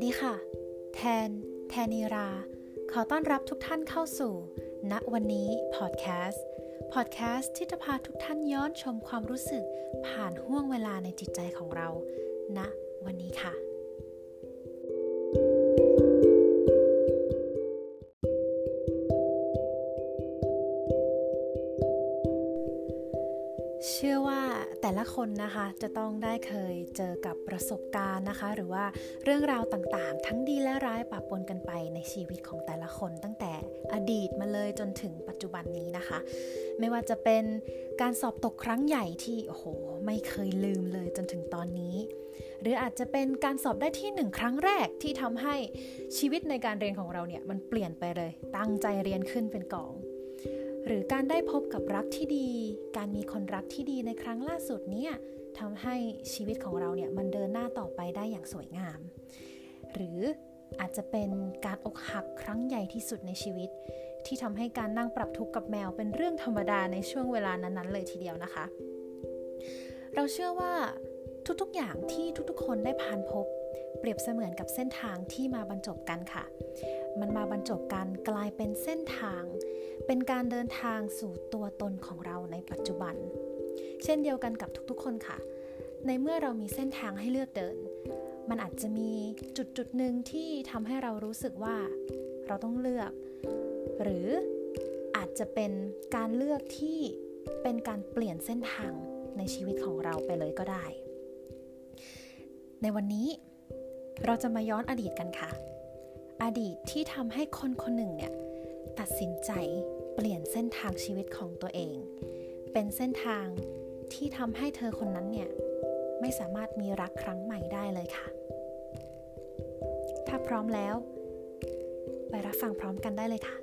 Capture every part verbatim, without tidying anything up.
ดีค่ะแทนแทนีราขอต้อนรับทุกท่านเข้าสู่ณวันนี้พอดแคสต์พอดแคสต์ที่จะพาทุกท่านย้อนชมความรู้สึกผ่านห้วงเวลาในจิตใจของเราณวันนี้ค่ะเชื่อว่าแต่ละคนนะคะจะต้องได้เคยเจอกับประสบการณ์นะคะหรือว่าเรื่องราวต่างๆทั้งดีและร้ายปะปนกันไปในชีวิตของแต่ละคนตั้งแต่อดีตมาเลยจนถึงปัจจุบันนี้นะคะไม่ว่าจะเป็นการสอบตกครั้งใหญ่ที่โอ้โหไม่เคยลืมเลยจนถึงตอนนี้หรืออาจจะเป็นการสอบได้ที่หนึ่งครั้งแรกที่ทำให้ชีวิตในการเรียนของเราเนี่ยมันเปลี่ยนไปเลยตั้งใจเรียนขึ้นเป็นกองหรือการได้พบกับรักที่ดีการมีคนรักที่ดีในครั้งล่าสุดเนี่ยทำให้ชีวิตของเราเนี่ยมันเดินหน้าต่อไปได้อย่างสวยงามหรืออาจจะเป็นการอกหักครั้งใหญ่ที่สุดในชีวิตที่ทำให้การนั่งปรับทุกข์กับแมวเป็นเรื่องธรรมดาในช่วงเวลานั้นๆเลยทีเดียวนะคะเราเชื่อว่าทุกๆอย่างที่ทุกๆคนได้ผ่านพบเปรียบเสมือนกับเส้นทางที่มาบรรจบกันค่ะมันมาบรรจบกันกลายเป็นเส้นทางเป็นการเดินทางสู่ตัวตนของเราในปัจจุบันเช่นเดียวกันกับทุกๆคนค่ะในเมื่อเรามีเส้นทางให้เลือกเดินมันอาจจะมีจุดจุดหนึ่งที่ทำให้เรารู้สึกว่าเราต้องเลือกหรืออาจจะเป็นการเลือกที่เป็นการเปลี่ยนเส้นทางในชีวิตของเราไปเลยก็ได้ในวันนี้เราจะมาย้อนอดีตกันค่ะอดีตที่ทำให้คนคนหนึ่งเนี่ยตัดสินใจเปลี่ยนเส้นทางชีวิตของตัวเองเป็นเส้นทางที่ทำให้เธอคนนั้นเนี่ยไม่สามารถมีรักครั้งใหม่ได้เลยค่ะถ้าพร้อมแล้วไปรับฟังพร้อมกันได้เลยค่ะ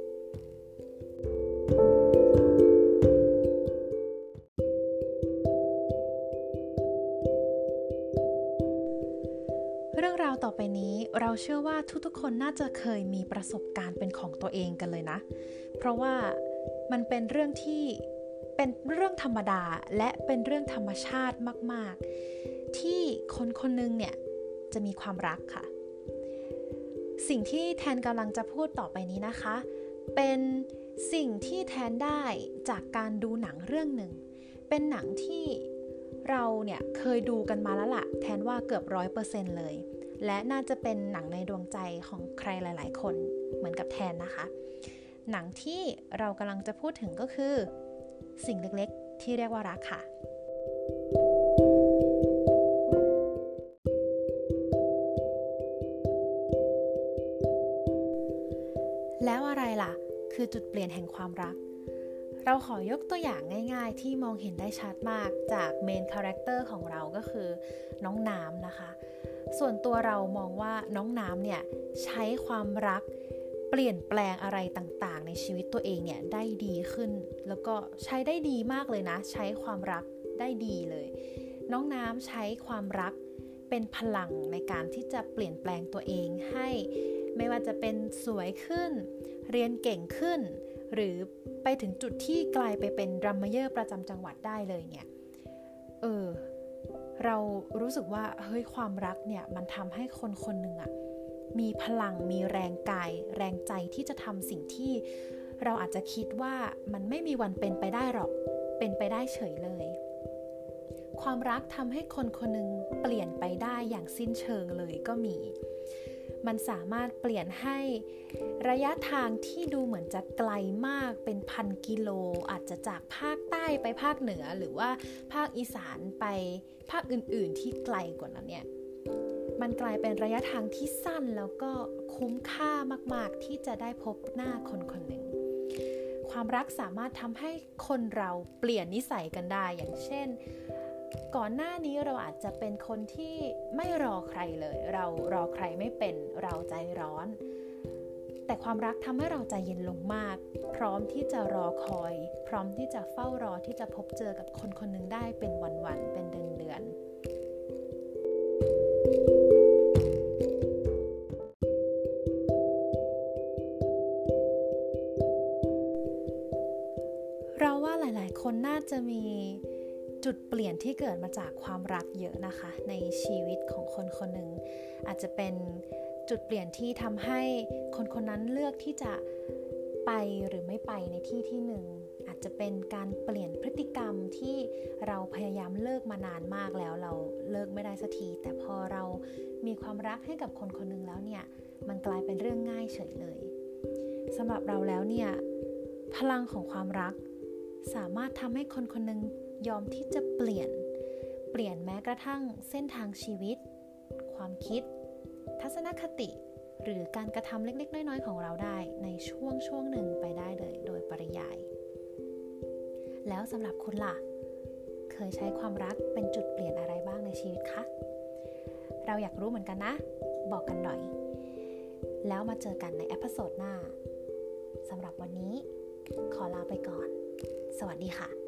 เรื่องราวต่อไปนี้เราเชื่อว่าทุกๆคนน่าจะเคยมีประสบการณ์เป็นของตัวเองกันเลยนะเพราะว่ามันเป็นเรื่องที่เป็นเรื่องธรรมดาและเป็นเรื่องธรรมชาติมากๆที่คนคนนึงเนี่ยจะมีความรักค่ะสิ่งที่แทนกำลังจะพูดต่อไปนี้นะคะเป็นสิ่งที่แทนได้จากการดูหนังเรื่องหนึ่งเป็นหนังที่เราเนี่ยเคยดูกันมาแล้วล่ะแทนว่าเกือบ ร้อยเปอร์เซ็นต์ เลยและน่าจะเป็นหนังในดวงใจของใครหลายๆคนเหมือนกับแทนนะคะหนังที่เรากำลังจะพูดถึงก็คือสิ่งเล็กๆที่เรียกว่ารักค่ะแล้วอะไรล่ะคือจุดเปลี่ยนแห่งความรักเราขอยกตัวอย่างง่ายๆที่มองเห็นได้ชัดมากจากเมนคาแรคเตอร์ของเราก็คือน้องน้ำนะคะส่วนตัวเรามองว่าน้องน้ำเนี่ยใช้ความรักเปลี่ยนแปลงอะไรต่างๆในชีวิตตัวเองเนี่ยได้ดีขึ้นแล้วก็ใช้ได้ดีมากเลยนะใช้ความรักได้ดีเลยน้องน้ำใช้ความรักเป็นพลังในการที่จะเปลี่ยนแปลงตัวเองให้ไม่ว่าจะเป็นสวยขึ้นเรียนเก่งขึ้นหรือไปถึงจุดที่กลายไปเป็นดรัมเมเยอร์ประจำจังหวัดได้เลยเนี่ยเออเรารู้สึกว่าเฮ้ยความรักเนี่ยมันทำให้คนคนหนึ่งอะมีพลังมีแรงกายแรงใจที่จะทำสิ่งที่เราอาจจะคิดว่ามันไม่มีวันเป็นไปได้หรอกเป็นไปได้เฉยเลยความรักทำให้คนคนหนึ่งเปลี่ยนไปได้อย่างสิ้นเชิงเลยก็มีมันสามารถเปลี่ยนให้ระยะทางที่ดูเหมือนจะไกลมากเป็นพันกิโลอาจจะจากภาคใต้ไปภาคเหนือหรือว่าภาคอีสานไปภาคอื่นๆที่ไกลกว่านั้นเนี่ยมันกลายเป็นระยะทางที่สั้นแล้วก็คุ้มค่ามากๆที่จะได้พบหน้าคนคนหนึ่งความรักสามารถทำให้คนเราเปลี่ยนนิสัยกันได้อย่างเช่นก่อนหน้านี้เราอาจจะเป็นคนที่ไม่รอใครเลยเรารอใครไม่เป็นเราใจร้อนแต่ความรักทำให้เราใจเย็นลงมากพร้อมที่จะรอคอยพร้อมที่จะเฝ้ารอที่จะพบเจอกับคนคนหนึ่งได้เป็นวันๆเป็นเดือนๆเราว่าหลายๆคนน่าจะมีจุดเปลี่ยนที่เกิดมาจากความรักเยอะนะคะในชีวิตของคนคนหนึ่งอาจจะเป็นจุดเปลี่ยนที่ทำให้คนคนนั้นเลือกที่จะไปหรือไม่ไปในที่ที่หนึ่งอาจจะเป็นการเปลี่ยนพฤติกรรมที่เราพยายามเลิกมานานมากแล้วเราเลิกไม่ได้สักทีแต่พอเรามีความรักให้กับคนคนหนึ่งแล้วเนี่ยมันกลายเป็นเรื่องง่ายเฉยเลยสำหรับเราแล้วเนี่ยพลังของความรักสามารถทำให้คนคนหนึ่งยอมที่จะเปลี่ยนเปลี่ยนแม้กระทั่งเส้นทางชีวิตความคิดทัศนคติหรือการกระทำเล็กๆน้อยๆของเราได้ในช่วงช่วงหนึ่งไปได้เลยโดยปริยายแล้วสำหรับคุณล่ะเคยใช้ความรักเป็นจุดเปลี่ยนอะไรบ้างในชีวิตคะเราอยากรู้เหมือนกันนะบอกกันหน่อยแล้วมาเจอกันในเอพิโซดหน้าสำหรับวันนี้ขอลาไปก่อนสวัสดีค่ะ